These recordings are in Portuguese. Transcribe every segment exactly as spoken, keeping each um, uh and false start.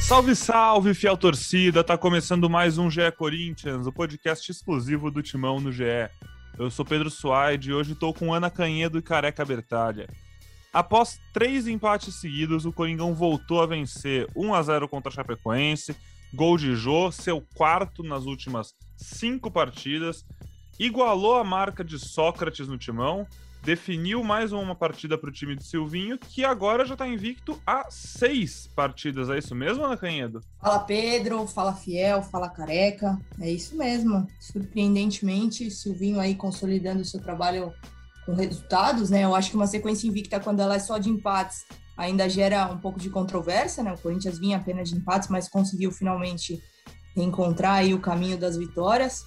Salve, salve, fiel torcida! Tá começando mais um G E Corinthians, o podcast exclusivo do Timão no G E. Eu sou Pedro Suaide e hoje estou com Ana Canhedo e Careca Bertalha. Após três empates seguidos, o Coringão voltou a vencer um a zero contra a Chapecoense, gol de Jô, seu quarto nas últimas cinco partidas, igualou a marca de Sócrates no Timão, definiu mais uma partida para o time de Silvinho, que agora já está invicto a seis partidas. É isso mesmo, Ana Canhedo? Fala, Pedro. Fala, Fiel. Fala, Careca. É isso mesmo. Surpreendentemente, Silvinho aí consolidando o seu trabalho com resultados, né? Eu acho que uma sequência invicta, quando ela é só de empates, ainda gera um pouco de controvérsia, né? O Corinthians vinha apenas de empates, mas conseguiu finalmente encontrar aí o caminho das vitórias.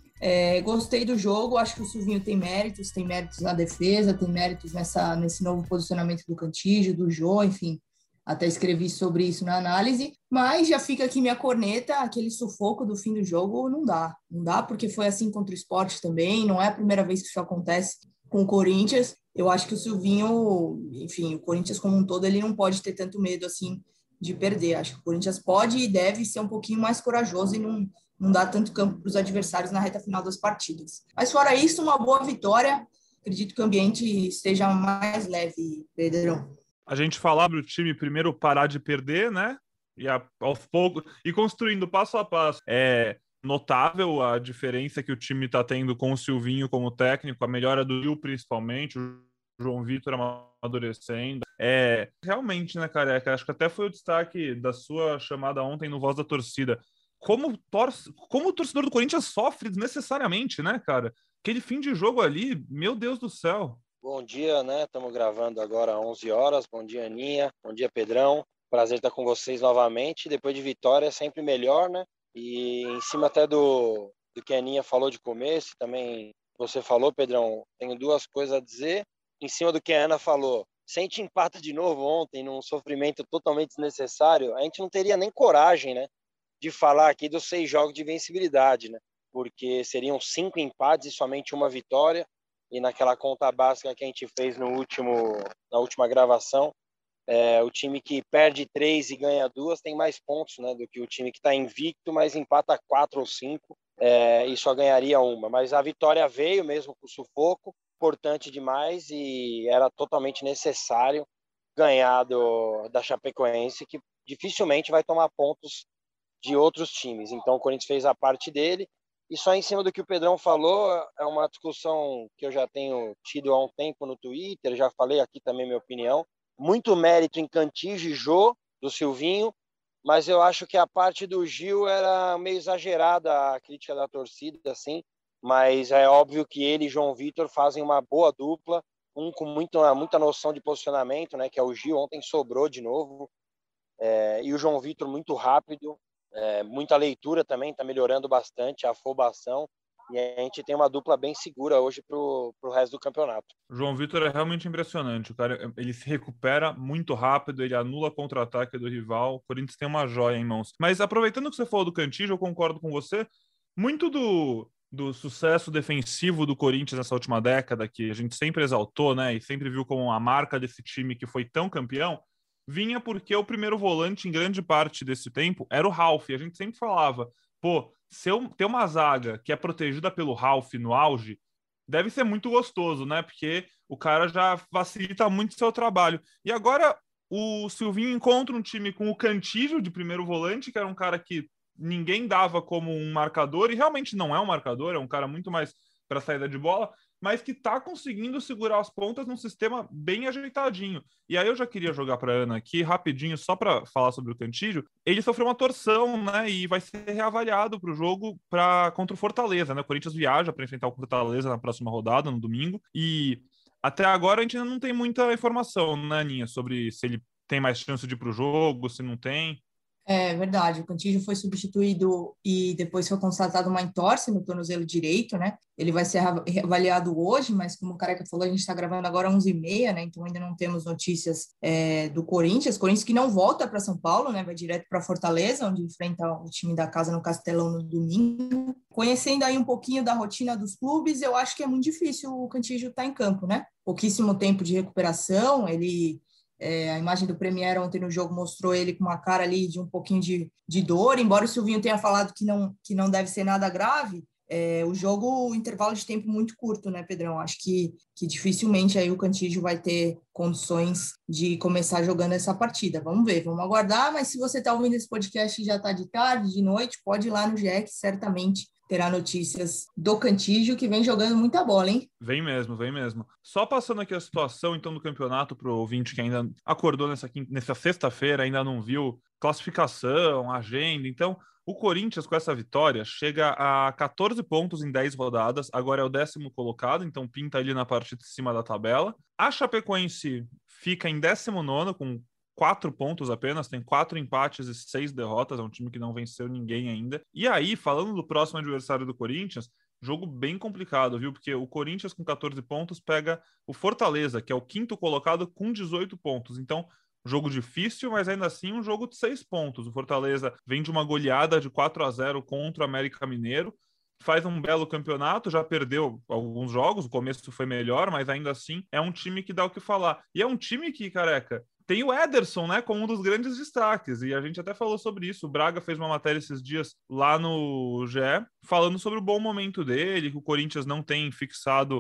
É, gostei do jogo, acho que o Silvinho tem méritos, tem méritos na defesa, tem méritos nessa, nesse novo posicionamento do Cantígio, do Jô, enfim, até escrevi sobre isso na análise, mas já fica aqui minha corneta, aquele sufoco do fim do jogo não dá, não dá porque foi assim contra o Sport também, não é a primeira vez que isso acontece com o Corinthians. Eu acho que o Silvinho, enfim, o Corinthians como um todo, ele não pode ter tanto medo assim de perder, acho que o Corinthians pode e deve ser um pouquinho mais corajoso e não não dá tanto campo para os adversários na reta final das partidas. Mas fora isso, uma boa vitória. Acredito que o ambiente esteja mais leve, Pedrão. A gente falar para o time primeiro parar de perder, né? E a, aos poucos, e construindo passo a passo. É notável a diferença que o time está tendo com o Silvinho como técnico, a melhora do Gil principalmente, o João Vitor amadurecendo. É, realmente, né, Careca? Acho que até foi o destaque da sua chamada ontem no Voz da Torcida. Como, torce, como o torcedor do Corinthians sofre desnecessariamente, né, cara? Aquele fim de jogo ali, meu Deus do céu. Bom dia, né? Estamos gravando agora às onze horas. Bom dia, Aninha. Bom dia, Pedrão. Prazer estar com vocês novamente. Depois de vitória é sempre melhor, né? E em cima até do, do que a Aninha falou de começo, também você falou, Pedrão, tenho duas coisas a dizer. Em cima do que a Ana falou, se a gente empata de novo ontem, num sofrimento totalmente desnecessário, a gente não teria nem coragem, né? De falar aqui dos seis jogos de vencibilidade, né? Porque seriam cinco empates e somente uma vitória. E naquela conta básica que a gente fez no último, na última gravação, é, o time que perde três e ganha duas tem mais pontos, né, do que o time que está invicto, mas empata quatro ou cinco é, e só ganharia uma. Mas a vitória veio mesmo com o sufoco, importante demais, e era totalmente necessário ganhar do, da Chapecoense, que dificilmente vai tomar pontos de outros times. Então o Corinthians fez a parte dele, e só em cima do que o Pedrão falou, é uma discussão que eu já tenho tido há um tempo no Twitter, já falei aqui também minha opinião, muito mérito em Cantígio e Jô, do Silvinho, mas eu acho que a parte do Gil era meio exagerada, a crítica da torcida, assim, mas é óbvio que ele e João Vitor fazem uma boa dupla, um com muita, muita noção de posicionamento, né, que é o Gil, ontem sobrou de novo, é, e o João Vitor muito rápido, É, muita leitura também, está melhorando bastante a afobação, e a gente tem uma dupla bem segura hoje para o resto do campeonato. O João Vitor é realmente impressionante. O cara, ele se recupera muito rápido, ele anula contra-ataque do rival. O Corinthians tem uma joia em mãos. Mas aproveitando que você falou do Cantígio, eu concordo com você. Muito do, do sucesso defensivo do Corinthians nessa última década, que a gente sempre exaltou, né, e sempre viu como a marca desse time que foi tão campeão, vinha porque o primeiro volante, em grande parte desse tempo, era o Ralf. E a gente sempre falava, pô, se eu ter uma zaga que é protegida pelo Ralf no auge, deve ser muito gostoso, né? Porque o cara já facilita muito o seu trabalho. E agora o Silvinho encontra um time com o Cantígio de primeiro volante, que era um cara que ninguém dava como um marcador, e realmente não é um marcador, é um cara muito mais para saída de bola, mas que está conseguindo segurar as pontas num sistema bem ajeitadinho. E aí eu já queria jogar para Ana aqui, rapidinho, só para falar sobre o Cantígio. Ele sofreu uma torção, né, e vai ser reavaliado para o jogo pra, contra o Fortaleza, né? O Corinthians viaja para enfrentar o Fortaleza na próxima rodada, no domingo, e até agora a gente ainda não tem muita informação, né, Aninha, sobre se ele tem mais chance de ir para o jogo, se não tem. É verdade, o Cantígio foi substituído e depois foi constatado uma entorse no tornozelo direito, né? Ele vai ser avaliado hoje, mas como o Careca falou, a gente está gravando agora às onze e meia, né? Então ainda não temos notícias é, do Corinthians. Corinthians que não volta para São Paulo, né? Vai direto para Fortaleza, onde enfrenta o time da casa no Castelão no domingo. Conhecendo aí um pouquinho da rotina dos clubes, eu acho que é muito difícil o Cantígio estar em campo, né? Pouquíssimo tempo de recuperação, ele... É, a imagem do Premier ontem no jogo mostrou ele com uma cara ali de um pouquinho de, de dor, embora o Silvinho tenha falado que não, que não deve ser nada grave. É, o jogo, o intervalo de tempo muito curto, né, Pedrão? Acho que, que dificilmente aí o Cantillo vai ter condições de começar jogando essa partida. Vamos ver, vamos aguardar, mas se você está ouvindo esse podcast e já está de tarde, de noite, pode ir lá no G E, que certamente terá notícias do Cantillo, que vem jogando muita bola, hein? Vem mesmo, vem mesmo. Só passando aqui a situação, então, do campeonato para o ouvinte que ainda acordou nessa, quinta, nessa sexta-feira, ainda não viu classificação, agenda. Então, o Corinthians, com essa vitória, chega a catorze pontos em dez rodadas, agora é o décimo colocado, então pinta ali na parte de cima da tabela. A Chapecoense fica em décimo nono, com quatro pontos apenas, tem quatro empates e seis derrotas, é um time que não venceu ninguém ainda. E aí, falando do próximo adversário do Corinthians, jogo bem complicado, viu? Porque o Corinthians com catorze pontos pega o Fortaleza, que é o quinto colocado, com dezoito pontos. Então, jogo difícil, mas ainda assim um jogo de seis pontos. O Fortaleza vem de uma goleada de quatro a zero contra o América Mineiro, faz um belo campeonato, já perdeu alguns jogos, o começo foi melhor, mas ainda assim é um time que dá o que falar. E é um time que, careca, tem o Ederson, né, como um dos grandes destaques, e a gente até falou sobre isso. O Braga fez uma matéria esses dias lá no G E, falando sobre o bom momento dele, que o Corinthians não tem fixado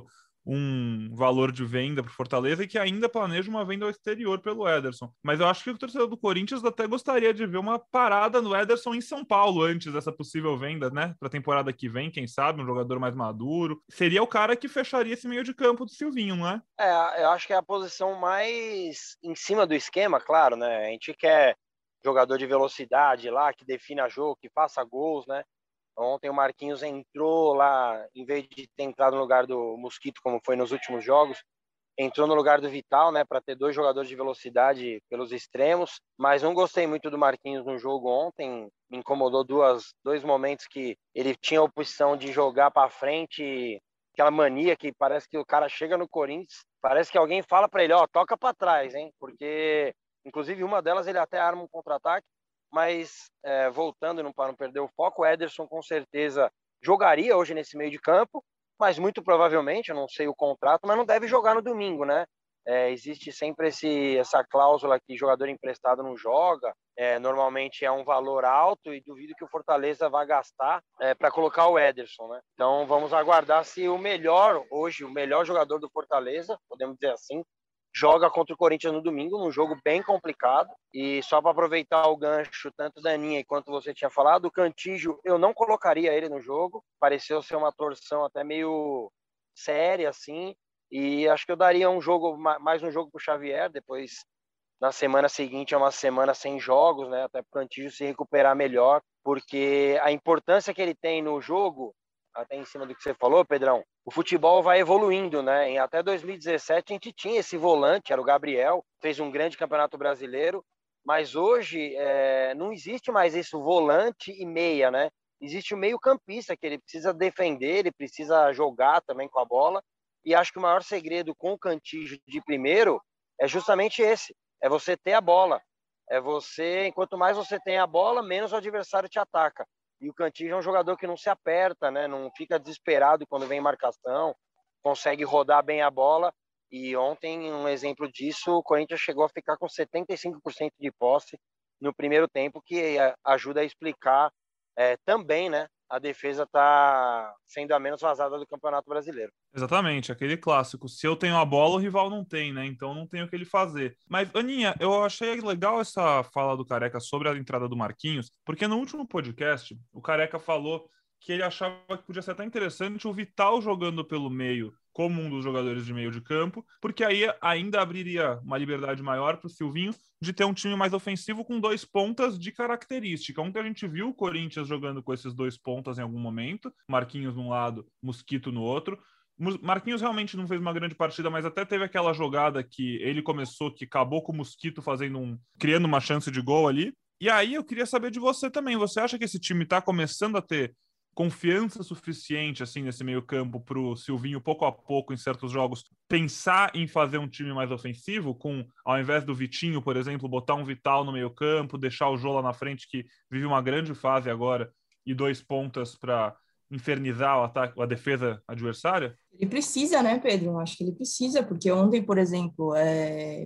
um valor de venda para Fortaleza e que ainda planeja uma venda ao exterior pelo Ederson. Mas eu acho que o torcedor do Corinthians até gostaria de ver uma parada no Ederson em São Paulo antes dessa possível venda, né? Para a temporada que vem, quem sabe, um jogador mais maduro. Seria o cara que fecharia esse meio de campo do Silvinho, não é? É, eu acho que é a posição mais em cima do esquema, claro, né? A gente quer jogador de velocidade lá, que defina jogo, que faça gols, né? Ontem o Marquinhos entrou lá, em vez de ter entrado no lugar do Mosquito, como foi nos últimos jogos, entrou no lugar do Vital, né, para ter dois jogadores de velocidade pelos extremos. Mas não gostei muito do Marquinhos no jogo ontem. Me incomodou duas, dois momentos que ele tinha a opção de jogar para frente, aquela mania que parece que o cara chega no Corinthians, parece que alguém fala para ele, ó, toca para trás, hein, porque inclusive uma delas ele até arma um contra-ataque. Mas, é, voltando para não perder o foco, o Ederson com certeza jogaria hoje nesse meio de campo, mas muito provavelmente, eu não sei o contrato, mas não deve jogar no domingo, né? É, existe sempre esse, essa cláusula que jogador emprestado não joga, é, normalmente é um valor alto e duvido que o Fortaleza vá gastar é, para colocar o Ederson, né? Então vamos aguardar se o melhor, hoje, o melhor jogador do Fortaleza, podemos dizer assim, joga contra o Corinthians no domingo, num jogo bem complicado. E só para aproveitar o gancho, tanto da Aninha quanto você tinha falado, o Cantillo, eu não colocaria ele no jogo. Pareceu ser uma torção até meio séria, assim. E acho que eu daria um jogo, mais um jogo para o Xavier. Depois, na semana seguinte, é uma semana sem jogos, né? Até para o Cantillo se recuperar melhor. Porque a importância que ele tem no jogo, até em cima do que você falou, Pedrão, o futebol vai evoluindo, né? Em até dois mil e dezessete a gente tinha esse volante, era o Gabriel, fez um grande campeonato brasileiro, mas hoje é, não existe mais isso, volante e meia, né? Existe o meio campista, que ele precisa defender, ele precisa jogar também com a bola, e acho que o maior segredo com o Cantillo de primeiro é justamente esse, é você ter a bola, é você, enquanto mais você tem a bola, menos o adversário te ataca. E o Cantillo é um jogador que não se aperta, né? Não fica desesperado quando vem marcação, consegue rodar bem a bola. E ontem, um exemplo disso, o Corinthians chegou a ficar com setenta e cinco por cento de posse no primeiro tempo, que ajuda a explicar é, também, né? A defesa está sendo a menos vazada do Campeonato Brasileiro. Exatamente, aquele clássico. Se eu tenho a bola, o rival não tem, né? Então não tem o que ele fazer. Mas, Aninha, eu achei legal essa fala do Careca sobre a entrada do Marquinhos, porque no último podcast, o Careca falou que ele achava que podia ser até interessante o Vital jogando pelo meio como um dos jogadores de meio de campo, porque aí ainda abriria uma liberdade maior para o Silvinho de ter um time mais ofensivo com dois pontas de característica. Ontem a gente viu o Corinthians jogando com esses dois pontas em algum momento, Marquinhos num lado, Mosquito no outro. Marquinhos realmente não fez uma grande partida, mas até teve aquela jogada que ele começou, que acabou com o Mosquito fazendo um, criando uma chance de gol ali. E aí eu queria saber de você também. Você acha que esse time está começando a ter confiança suficiente assim nesse meio campo para o Silvinho, pouco a pouco, em certos jogos, pensar em fazer um time mais ofensivo, com, ao invés do Vitinho, por exemplo, botar um Vital no meio campo, deixar o Jô lá na frente, que vive uma grande fase agora, e dois pontas para infernizar o ataque, a defesa adversária? Ele precisa, né, Pedro? Acho que ele precisa, porque ontem, por exemplo, é...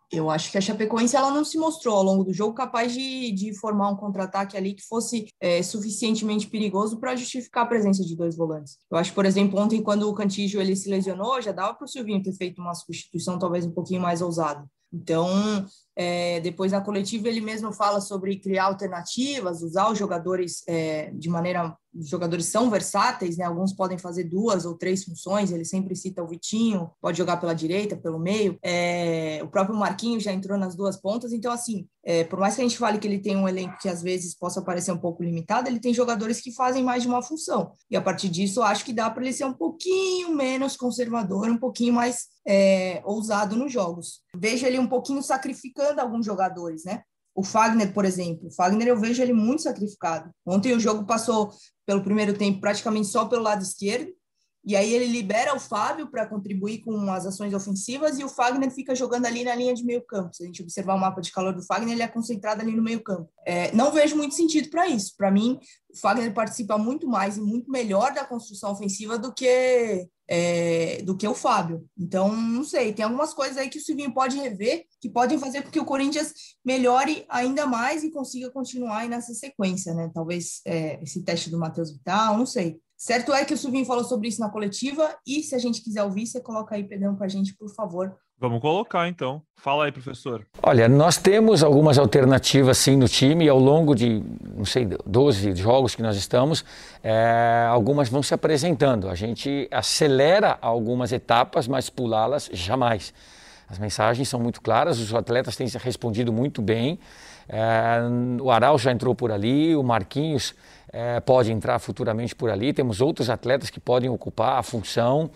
Eu acho que a Chapecoense ela não se mostrou ao longo do jogo capaz de, de formar um contra-ataque ali que fosse é, suficientemente perigoso para justificar a presença de dois volantes. Eu acho, por exemplo, ontem quando o Cantillo ele se lesionou, já dava para o Silvinho ter feito uma substituição talvez um pouquinho mais ousada. Então, é, depois na coletiva ele mesmo fala sobre criar alternativas, usar os jogadores é, de maneira... Os jogadores são versáteis, né? Alguns podem fazer duas ou três funções, ele sempre cita o Vitinho, pode jogar pela direita, pelo meio. É, o próprio Marquinhos já entrou nas duas pontas, então assim, é, por mais que a gente fale que ele tem um elenco que às vezes possa parecer um pouco limitado, ele tem jogadores que fazem mais de uma função. E a partir disso, eu acho que dá para ele ser um pouquinho menos conservador, um pouquinho mais é, ousado nos jogos. Vejo ele um pouquinho sacrificando alguns jogadores, né? O Fagner, por exemplo, o Fagner eu vejo ele muito sacrificado. Ontem o jogo passou pelo primeiro tempo praticamente só pelo lado esquerdo, e aí ele libera o Fábio para contribuir com as ações ofensivas e o Fagner fica jogando ali na linha de meio campo. Se a gente observar o mapa de calor do Fagner, ele é concentrado ali no meio campo. É, não vejo muito sentido para isso. Para mim, o Fagner participa muito mais e muito melhor da construção ofensiva do que, é, do que o Fábio. Então, não sei, tem algumas coisas aí que o Silvinho pode rever, que podem fazer com que o Corinthians melhore ainda mais e consiga continuar aí nessa sequência, né? Talvez é, esse teste do Matheus Vital, não sei. Certo é que o Silvinho falou sobre isso na coletiva e se a gente quiser ouvir, você coloca aí, Pedrão, para a gente, por favor. Vamos colocar, então. Fala aí, professor. Olha, nós temos algumas alternativas, sim, no time e ao longo de, não sei, doze jogos que nós estamos, é, algumas vão se apresentando. A gente acelera algumas etapas, mas pulá-las jamais. As mensagens são muito claras, os atletas têm respondido muito bem. É, o Aral já entrou por ali, o Marquinhos é, pode entrar futuramente por ali, temos outros atletas que podem ocupar a função.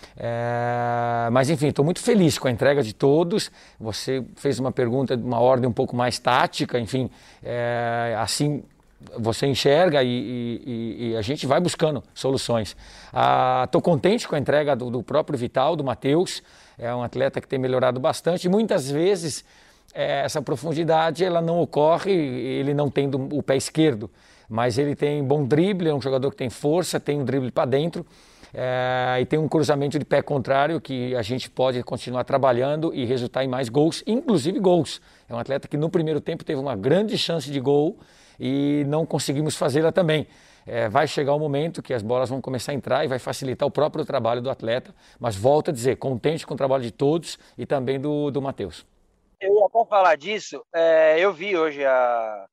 É, mas enfim, estou muito feliz com a entrega de todos. Você fez uma pergunta de uma ordem um pouco mais tática, enfim, é, assim você enxerga e, e, e a gente vai buscando soluções. Estou ah, contente com a entrega do, do próprio Vital, do Matheus, é um atleta que tem melhorado bastante e muitas vezes é, essa profundidade ela não ocorre, ele não tem do, o pé esquerdo, mas ele tem bom drible, é um jogador que tem força, tem um drible para dentro. É, e tem um cruzamento de pé contrário que a gente pode continuar trabalhando e resultar em mais gols, inclusive gols. É um atleta que no primeiro tempo teve uma grande chance de gol e não conseguimos fazê-la também. É, vai chegar o momento que as bolas vão começar a entrar e vai facilitar o próprio trabalho do atleta, mas volto a dizer, contente com o trabalho de todos e também do, do Matheus. Eu ia até falar disso, é, eu vi hoje a,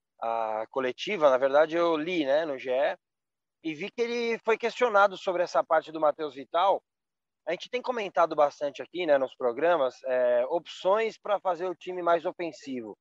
a coletiva, na verdade eu li, né, no G E, e vi que ele foi questionado sobre essa parte do Matheus Vital. A gente tem comentado bastante aqui, né, nos programas, é, opções para fazer o time mais ofensivo.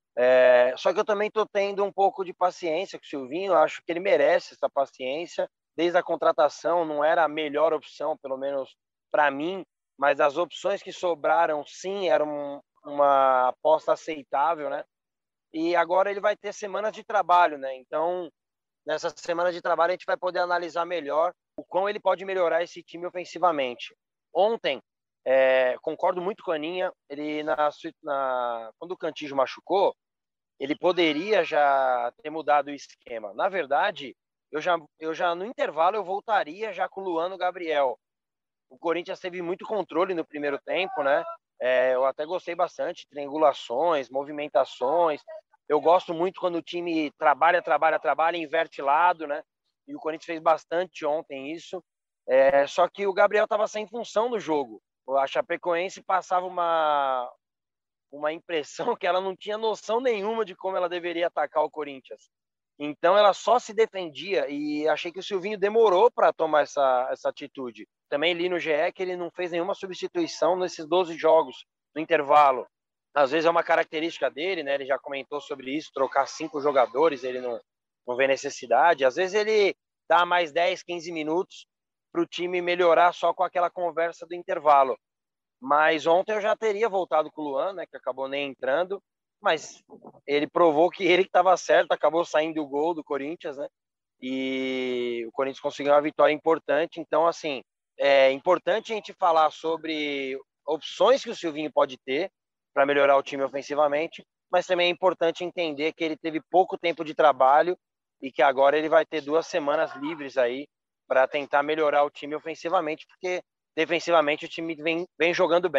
É, só que eu também estou tendo um pouco de paciência com o Silvinho, eu acho que ele merece essa paciência. Desde a contratação não era a melhor opção, pelo menos para mim, mas as opções que sobraram, sim, eram uma aposta aceitável, né? E agora ele vai ter semanas de trabalho, né? Então, nessa semana de trabalho, a gente vai poder analisar melhor o quão ele pode melhorar esse time ofensivamente. Ontem, é, concordo muito com a Aninha, ele na, na, quando o Cantillo machucou, ele poderia já ter mudado o esquema. Na verdade, eu já, eu já no intervalo eu voltaria já com o Luan e o Gabriel. O Corinthians teve muito controle no primeiro tempo, né? É, eu até gostei bastante, triangulações, movimentações. Eu gosto muito quando o time trabalha, trabalha, trabalha, inverte lado, né? E o Corinthians fez bastante ontem isso. É, só que o Gabriel estava sem função no jogo. A Chapecoense passava uma, uma impressão que ela não tinha noção nenhuma de como ela deveria atacar o Corinthians. Então ela só se defendia e achei que o Silvinho demorou para tomar essa, essa atitude. Também li no G E que ele não fez nenhuma substituição nesses doze jogos, no intervalo. Às vezes é uma característica dele, né? Ele já comentou sobre isso, trocar cinco jogadores, ele não, não vê necessidade. Às vezes ele dá mais dez, quinze minutos para o time melhorar só com aquela conversa do intervalo. Mas ontem eu já teria voltado com o Luan, né? Que acabou nem entrando. Mas ele provou que ele estava certo, acabou saindo o gol do Corinthians, né? E o Corinthians conseguiu uma vitória importante. Então, assim, é importante a gente falar sobre opções que o Silvinho pode ter para melhorar o time ofensivamente, mas também é importante entender que ele teve pouco tempo de trabalho e que agora ele vai ter duas semanas livres aí para tentar melhorar o time ofensivamente, porque defensivamente o time vem, vem jogando bem.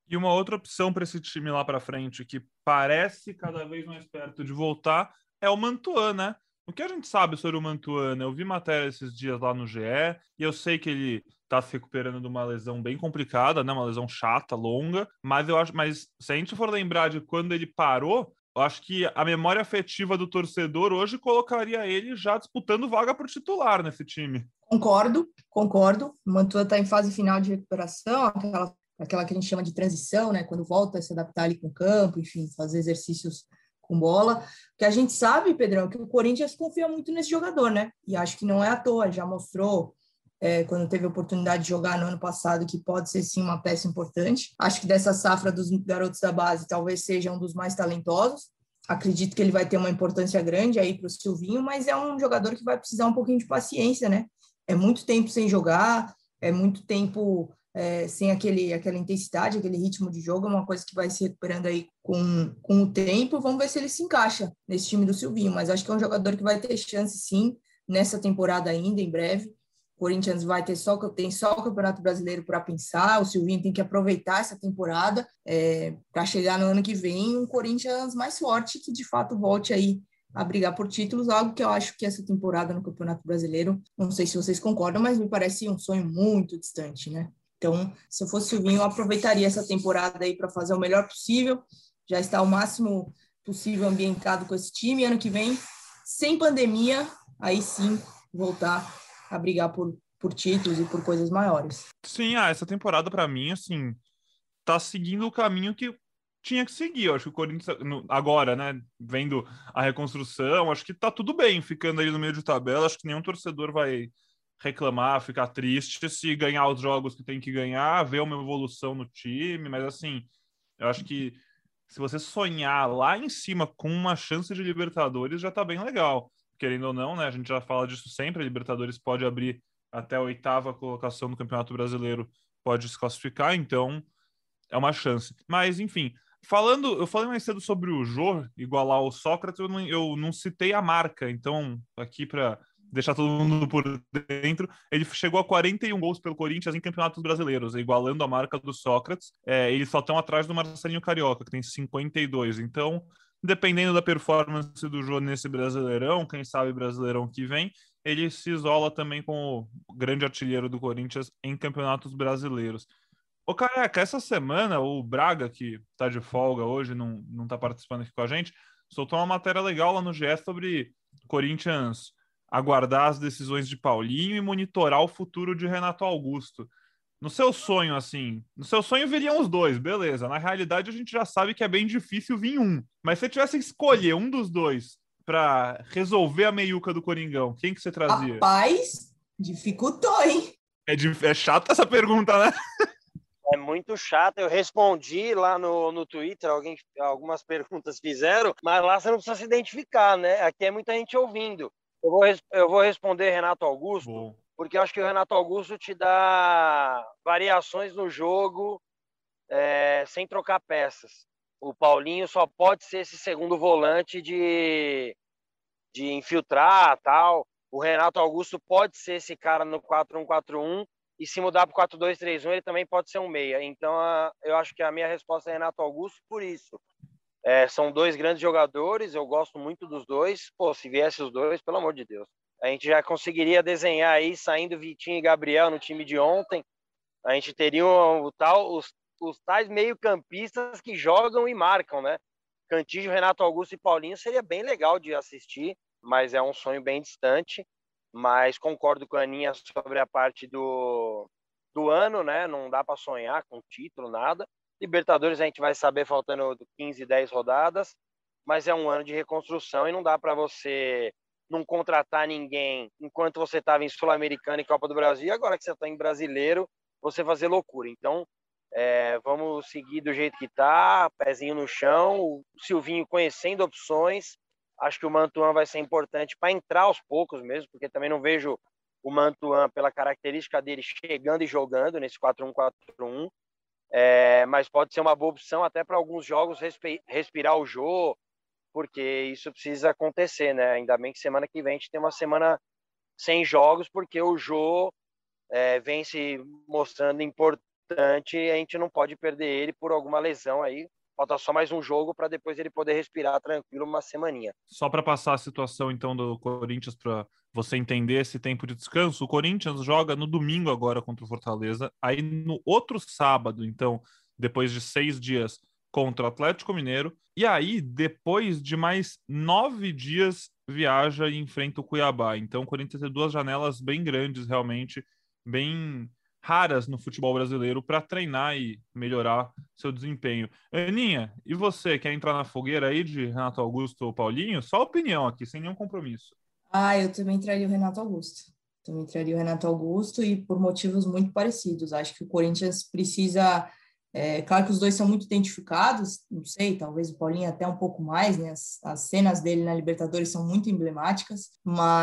E uma outra opção para esse time lá para frente, que parece cada vez mais perto de voltar, é o Mantuan, né? O que a gente sabe sobre o Mantuan? Eu vi matéria esses dias lá no G E, e eu sei que ele tá se recuperando de uma lesão bem complicada, né? Uma lesão chata, longa, mas eu acho, mas se a gente for lembrar de quando ele parou, eu acho que a memória afetiva do torcedor hoje colocaria ele já disputando vaga para o titular nesse time. Concordo, concordo. O Mantua está em fase final de recuperação, aquela, aquela que a gente chama de transição, né? Quando volta a se adaptar ali com o campo, enfim, fazer exercícios com bola. O que a gente sabe, Pedrão, é que o Corinthians confia muito nesse jogador, né? E acho que não é à toa, já mostrou é, quando teve a oportunidade de jogar no ano passado, que pode ser sim uma peça importante. Acho que dessa safra dos garotos da base, talvez seja um dos mais talentosos. Acredito que ele vai ter uma importância grande aí para o Silvinho, mas é um jogador que vai precisar um pouquinho de paciência, né? É muito tempo sem jogar, é muito tempo é, sem aquele, aquela intensidade, aquele ritmo de jogo, é uma coisa que vai se recuperando aí com, com o tempo. Vamos ver se ele se encaixa nesse time do Silvinho, mas acho que é um jogador que vai ter chance, sim, nessa temporada ainda, em breve. O Corinthians vai ter só, tem só o Campeonato Brasileiro para pensar, o Silvinho tem que aproveitar essa temporada é, para chegar no ano que vem um Corinthians mais forte, que de fato volte aí a brigar por títulos, algo que eu acho que essa temporada no Campeonato Brasileiro, não sei se vocês concordam, mas me parece um sonho muito distante, né? Então, se eu fosse o Silvinho, eu aproveitaria essa temporada aí para fazer o melhor possível, já está o máximo possível ambientado com esse time, ano que vem, sem pandemia, aí sim, voltar a brigar por, por títulos e por coisas maiores. Sim, ah, essa temporada para mim, assim, tá seguindo o caminho que tinha que seguir. Eu acho que o Corinthians, agora, né, vendo a reconstrução, acho que tá tudo bem ficando ali no meio de tabela. Acho que nenhum torcedor vai reclamar, ficar triste se ganhar os jogos que tem que ganhar, ver uma evolução no time. Mas, assim, eu acho que se você sonhar lá em cima com uma chance de Libertadores, já tá bem legal. Querendo ou não, né, a gente já fala disso sempre, a Libertadores pode abrir até a oitava colocação no Campeonato Brasileiro, pode se classificar, então é uma chance. Mas, enfim, falando, eu falei mais cedo sobre o Jô igualar o Sócrates, eu não, eu não citei a marca, então, aqui para deixar todo mundo por dentro, ele chegou a quarenta e um gols pelo Corinthians em campeonatos brasileiros, igualando a marca do Sócrates. É, eles só estão atrás do Marcelinho Carioca, que tem cinquenta e dois. Então, dependendo da performance do Jô nesse Brasileirão, quem sabe Brasileirão que vem, ele se isola também com o grande artilheiro do Corinthians em campeonatos brasileiros. Ô, Careca, essa semana o Braga, que tá de folga hoje, não, não tá participando aqui com a gente, soltou uma matéria legal lá no G E sobre Corinthians aguardar as decisões de Paulinho e monitorar o futuro de Renato Augusto. No seu sonho, assim, no seu sonho viriam os dois, beleza. Na realidade, a gente já sabe que é bem difícil vir um. Mas se você tivesse que escolher um dos dois para resolver a meiuca do Coringão, quem que você trazia? Rapaz, dificultou, hein? É, de, é chata essa pergunta, né? É muito chato. Eu respondi lá no, no Twitter, alguém, algumas perguntas fizeram, mas lá você não precisa se identificar, né? Aqui é muita gente ouvindo. Eu vou, eu vou responder Renato Augusto, Bom. porque eu acho que o Renato Augusto te dá variações no jogo é, sem trocar peças. O Paulinho só pode ser esse segundo volante de, de infiltrar, tal. O Renato Augusto pode ser esse cara no quatro um quatro um, e se mudar para o quatro dois três um, ele também pode ser um meia. Então, eu acho que a minha resposta é Renato Augusto por isso. É, são dois grandes jogadores, eu gosto muito dos dois. Pô, se viesse os dois, pelo amor de Deus. A gente já conseguiria desenhar aí, saindo Vitinho e Gabriel no time de ontem. A gente teria o tal, os, os tais meio-campistas que jogam e marcam, né? Cantígio, Renato Augusto e Paulinho seria bem legal de assistir, mas é um sonho bem distante. Mas concordo com a Aninha sobre a parte do, do ano, né? Não dá para sonhar com título, nada. Libertadores a gente vai saber faltando quinze, dez rodadas, mas é um ano de reconstrução e não dá para você não contratar ninguém enquanto você estava em Sul-Americana e Copa do Brasil, e agora que você está em Brasileiro, você fazer loucura. Então, é, vamos seguir do jeito que está, pezinho no chão, o Silvinho conhecendo opções. Acho que o Mantuan vai ser importante para entrar aos poucos mesmo, porque também não vejo o Mantuan, pela característica dele, chegando e jogando nesse quatro um quatro um. É, mas pode ser uma boa opção até para alguns jogos respirar o jogo, porque isso precisa acontecer, né? Ainda bem que semana que vem a gente tem uma semana sem jogos, porque o jogo é, vem se mostrando importante importante e a gente não pode perder ele por alguma lesão aí. Falta só mais um jogo para depois ele poder respirar tranquilo uma semaninha. Só para passar a situação, então, do Corinthians para você entender esse tempo de descanso, o Corinthians joga no domingo agora contra o Fortaleza, aí no outro sábado, então, depois de seis dias, contra o Atlético Mineiro, e aí, depois de mais nove dias, viaja e enfrenta o Cuiabá. Então, o Corinthians tem duas janelas bem grandes, realmente, bem raras no futebol brasileiro para treinar e melhorar seu desempenho. Aninha, e você, quer entrar na fogueira aí de Renato Augusto ou Paulinho? Só opinião aqui, sem nenhum compromisso. Ah, eu também traria o Renato Augusto. Também traria o Renato Augusto e por motivos muito parecidos. Acho que o Corinthians precisa... É, claro que os dois são muito identificados, não sei, talvez o Paulinho até um pouco mais, né? As, as cenas dele na Libertadores são muito emblemáticas,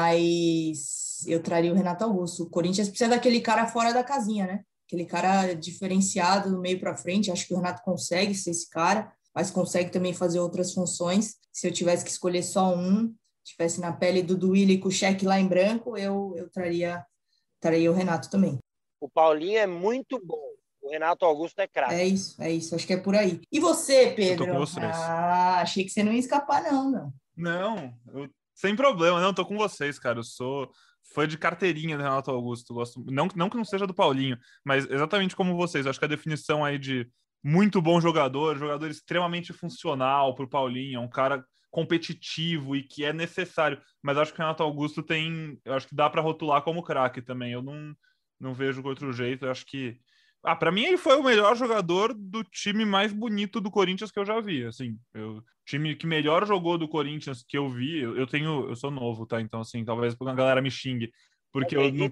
mas eu traria o Renato Augusto. O Corinthians precisa daquele cara fora da casinha, né? Aquele cara diferenciado do meio para frente. Acho que o Renato consegue ser esse cara, mas consegue também fazer outras funções. Se eu tivesse que escolher só um, tivesse na pele do Duílio com o cheque lá em branco, eu, eu traria, traria o Renato também. O Paulinho é muito bom. O Renato Augusto é craque. É isso, é isso. Acho que é por aí. E você, Pedro? Eu tô com vocês. Ah, achei que você não ia escapar, não, não. Não, eu, sem problema. Não, tô com vocês, cara. Eu sou fã de carteirinha do Renato Augusto. Gosto, não, não que não seja do Paulinho, mas exatamente como vocês. Acho que a definição aí de muito bom jogador, jogador extremamente funcional pro Paulinho, é um cara competitivo e que é necessário. Mas acho que o Renato Augusto tem... Eu acho que dá para rotular como craque também. Eu não, não vejo de outro jeito. Eu acho que... Ah, para mim ele foi o melhor jogador do time mais bonito do Corinthians que eu já vi, assim, o time que melhor jogou do Corinthians que eu vi, eu, eu tenho, eu sou novo, tá? Então, assim, talvez a galera me xingue, porque eu não...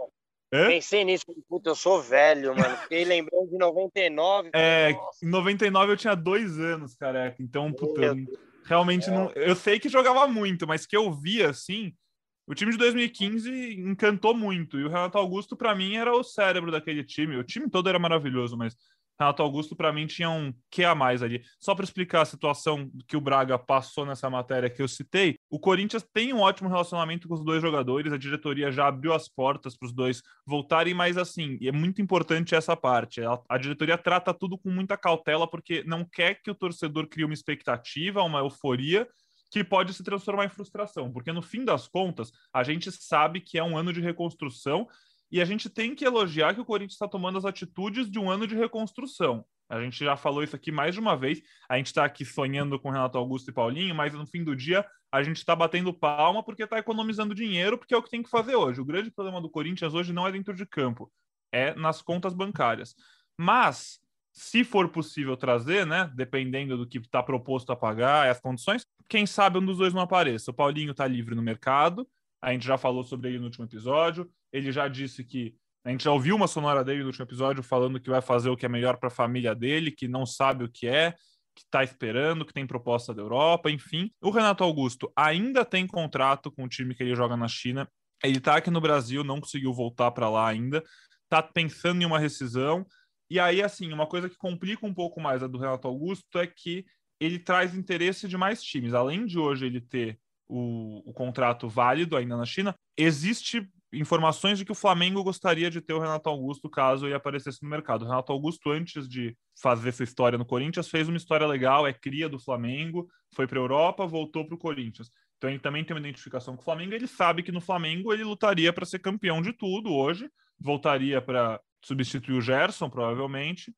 É? Pensei nisso, puta, eu sou velho, mano, fiquei lembrando de noventa e nove. É, em noventa e nove eu tinha dois anos, careca, então, puta, eu, realmente é. não... Eu sei que jogava muito, mas que eu vi, assim... O time de dois mil e quinze encantou muito, e o Renato Augusto, para mim, era o cérebro daquele time. O time todo era maravilhoso, mas o Renato Augusto, para mim, tinha um quê a mais ali. Só para explicar a situação que o Braga passou nessa matéria que eu citei, o Corinthians tem um ótimo relacionamento com os dois jogadores, a diretoria já abriu as portas para os dois voltarem, mas assim, e é muito importante essa parte. A, a diretoria trata tudo com muita cautela, porque não quer que o torcedor crie uma expectativa, uma euforia, que pode se transformar em frustração, porque no fim das contas, a gente sabe que é um ano de reconstrução e a gente tem que elogiar que o Corinthians está tomando as atitudes de um ano de reconstrução. A gente já falou isso aqui mais de uma vez, a gente está aqui sonhando com Renato Augusto e Paulinho, mas no fim do dia a gente está batendo palma porque está economizando dinheiro, porque é o que tem que fazer hoje. O grande problema do Corinthians hoje não é dentro de campo, é nas contas bancárias. Mas... se for possível trazer, né, dependendo do que está proposto a pagar e as condições, quem sabe um dos dois não apareça. O Paulinho está livre no mercado, a gente já falou sobre ele no último episódio, ele já disse que, a gente já ouviu uma sonora dele no último episódio falando que vai fazer o que é melhor para a família dele, que não sabe o que é, que está esperando, que tem proposta da Europa, enfim. O Renato Augusto ainda tem contrato com o time que ele joga na China, ele está aqui no Brasil, não conseguiu voltar para lá ainda, está pensando em uma rescisão. E aí, assim, uma coisa que complica um pouco mais a do Renato Augusto é que ele traz interesse de mais times. Além de hoje ele ter o, o contrato válido ainda na China, existe informações de que o Flamengo gostaria de ter o Renato Augusto caso ele aparecesse no mercado. O Renato Augusto, antes de fazer essa história no Corinthians, fez uma história legal, é cria do Flamengo, foi para a Europa, voltou para o Corinthians. Então ele também tem uma identificação com o Flamengo, ele sabe que no Flamengo ele lutaria para ser campeão de tudo hoje, voltaria para substituir o Gerson, provavelmente,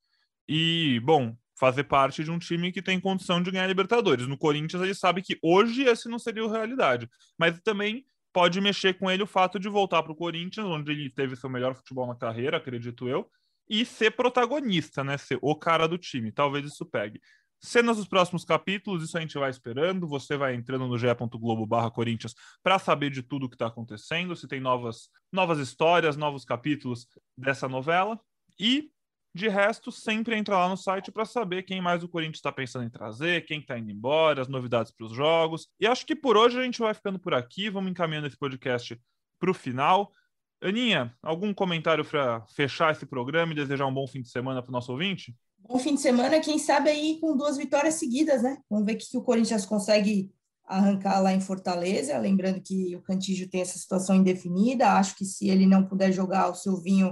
e, bom, fazer parte de um time que tem condição de ganhar Libertadores. No Corinthians ele sabe que hoje esse não seria a realidade, mas também pode mexer com ele o fato de voltar para o Corinthians, onde ele teve seu melhor futebol na carreira, acredito eu, e ser protagonista, né, ser o cara do time, talvez isso pegue. Cenas dos próximos capítulos, isso a gente vai esperando. Você vai entrando no ge ponto globo barra Corinthians para saber de tudo o que está acontecendo, se tem novas, novas histórias, novos capítulos dessa novela. E, de resto, sempre entra lá no site para saber quem mais o Corinthians está pensando em trazer, quem está indo embora, as novidades para os jogos. E acho que por hoje a gente vai ficando por aqui. Vamos encaminhando esse podcast para o final. Aninha, algum comentário para fechar esse programa e desejar um bom fim de semana para o nosso ouvinte? Bom fim de semana, quem sabe aí com duas vitórias seguidas, né? Vamos ver o que o Corinthians consegue arrancar lá em Fortaleza. Lembrando que o Cantillo tem essa situação indefinida. Acho que se ele não puder jogar, o Silvinho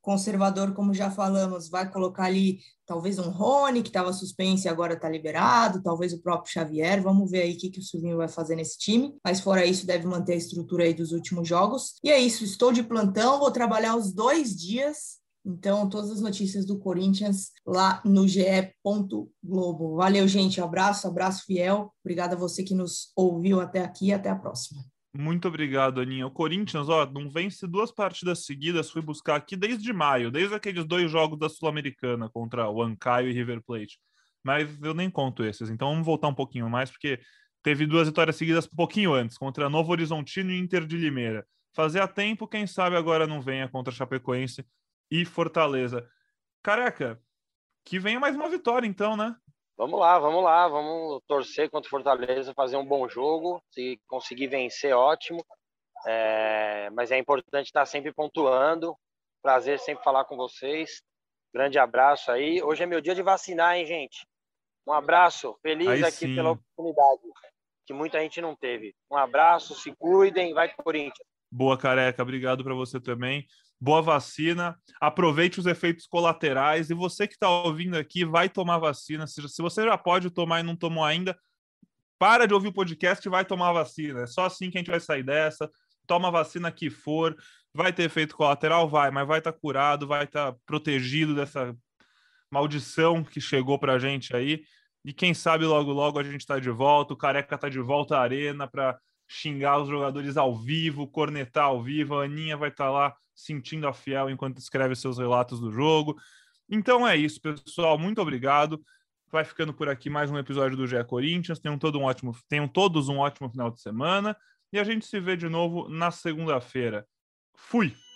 conservador, como já falamos, vai colocar ali talvez um Rony, que estava suspenso e agora está liberado, talvez o próprio Xavier. Vamos ver aí o que, que o Silvinho vai fazer nesse time. Mas fora isso, deve manter a estrutura aí dos últimos jogos. E é isso, estou de plantão, vou trabalhar os dois dias. Então, todas as notícias do Corinthians lá no G E Globo. Valeu, gente. Abraço, abraço fiel. Obrigada a você que nos ouviu até aqui. Até a próxima. Muito obrigado, Aninha. O Corinthians, ó, não vence duas partidas seguidas, fui buscar aqui desde maio, desde aqueles dois jogos da Sul-Americana contra o Ancaio e River Plate. Mas eu nem conto esses, então vamos voltar um pouquinho mais, porque teve duas vitórias seguidas um pouquinho antes, contra Novo Horizontino e Inter de Limeira. Fazia tempo, quem sabe agora não venha contra Chapecoense e Fortaleza. Careca, que venha mais uma vitória então, né? Vamos lá, vamos lá, vamos torcer contra o Fortaleza, fazer um bom jogo, se conseguir vencer, ótimo, é, mas é importante estar sempre pontuando, prazer sempre falar com vocês, grande abraço aí, hoje é meu dia de vacinar, hein, gente? Um abraço, feliz aí aqui sim. pela oportunidade, que muita gente não teve. Um abraço, se cuidem, vai pro Corinthians. Boa, Careca, obrigado para você também. Boa vacina, aproveite os efeitos colaterais, e você que está ouvindo aqui, vai tomar vacina. Se, se você já pode tomar e não tomou ainda, para de ouvir o podcast e vai tomar vacina. É só assim que a gente vai sair dessa. Toma a vacina que for, vai ter efeito colateral? Vai, mas vai estar tá curado, vai estar tá protegido dessa maldição que chegou para a gente aí. E quem sabe logo, logo a gente está de volta, o Careca está de volta à arena para xingar os jogadores ao vivo, cornetar ao vivo, a Aninha vai estar lá sentindo a fiel enquanto escreve seus relatos do jogo. Então é isso, pessoal, muito obrigado. Vai ficando por aqui mais um episódio do G E Corinthians. Tenham, todo um ótimo, tenham todos um ótimo final de semana e a gente se vê de novo na segunda-feira. Fui!